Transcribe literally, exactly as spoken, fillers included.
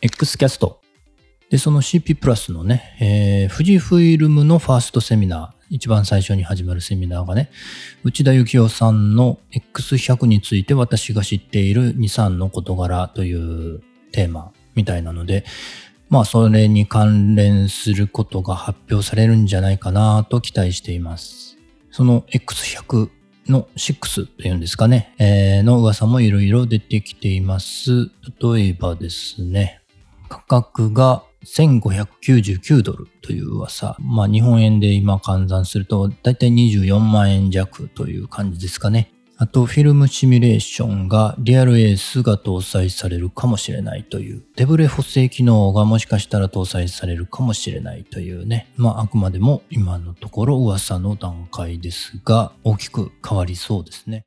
X キャストで、その シーピー プラスのね、えー、富士フイルムのファーストセミナー、一番最初に始まるセミナーがね、内田幸雄さんの エックスひゃく について私が知っているに、さんの事柄というテーマみたいなので、まあそれに関連することが発表されるんじゃないかなと期待しています。その エックスひゃく のろくというんですかね、えー、の噂もいろいろ出てきています。例えばですね、価格がせんごひゃくきゅうじゅうきゅうドルという噂。まあ日本円で今換算するとだいたいにじゅうよんまんえん弱という感じですかね。あとフィルムシミュレーションがリアルエースが搭載されるかもしれないという。手ブレ補正機能がもしかしたら搭載されるかもしれないというね。まああくまでも今のところ噂の段階ですが大きく変わりそうですね。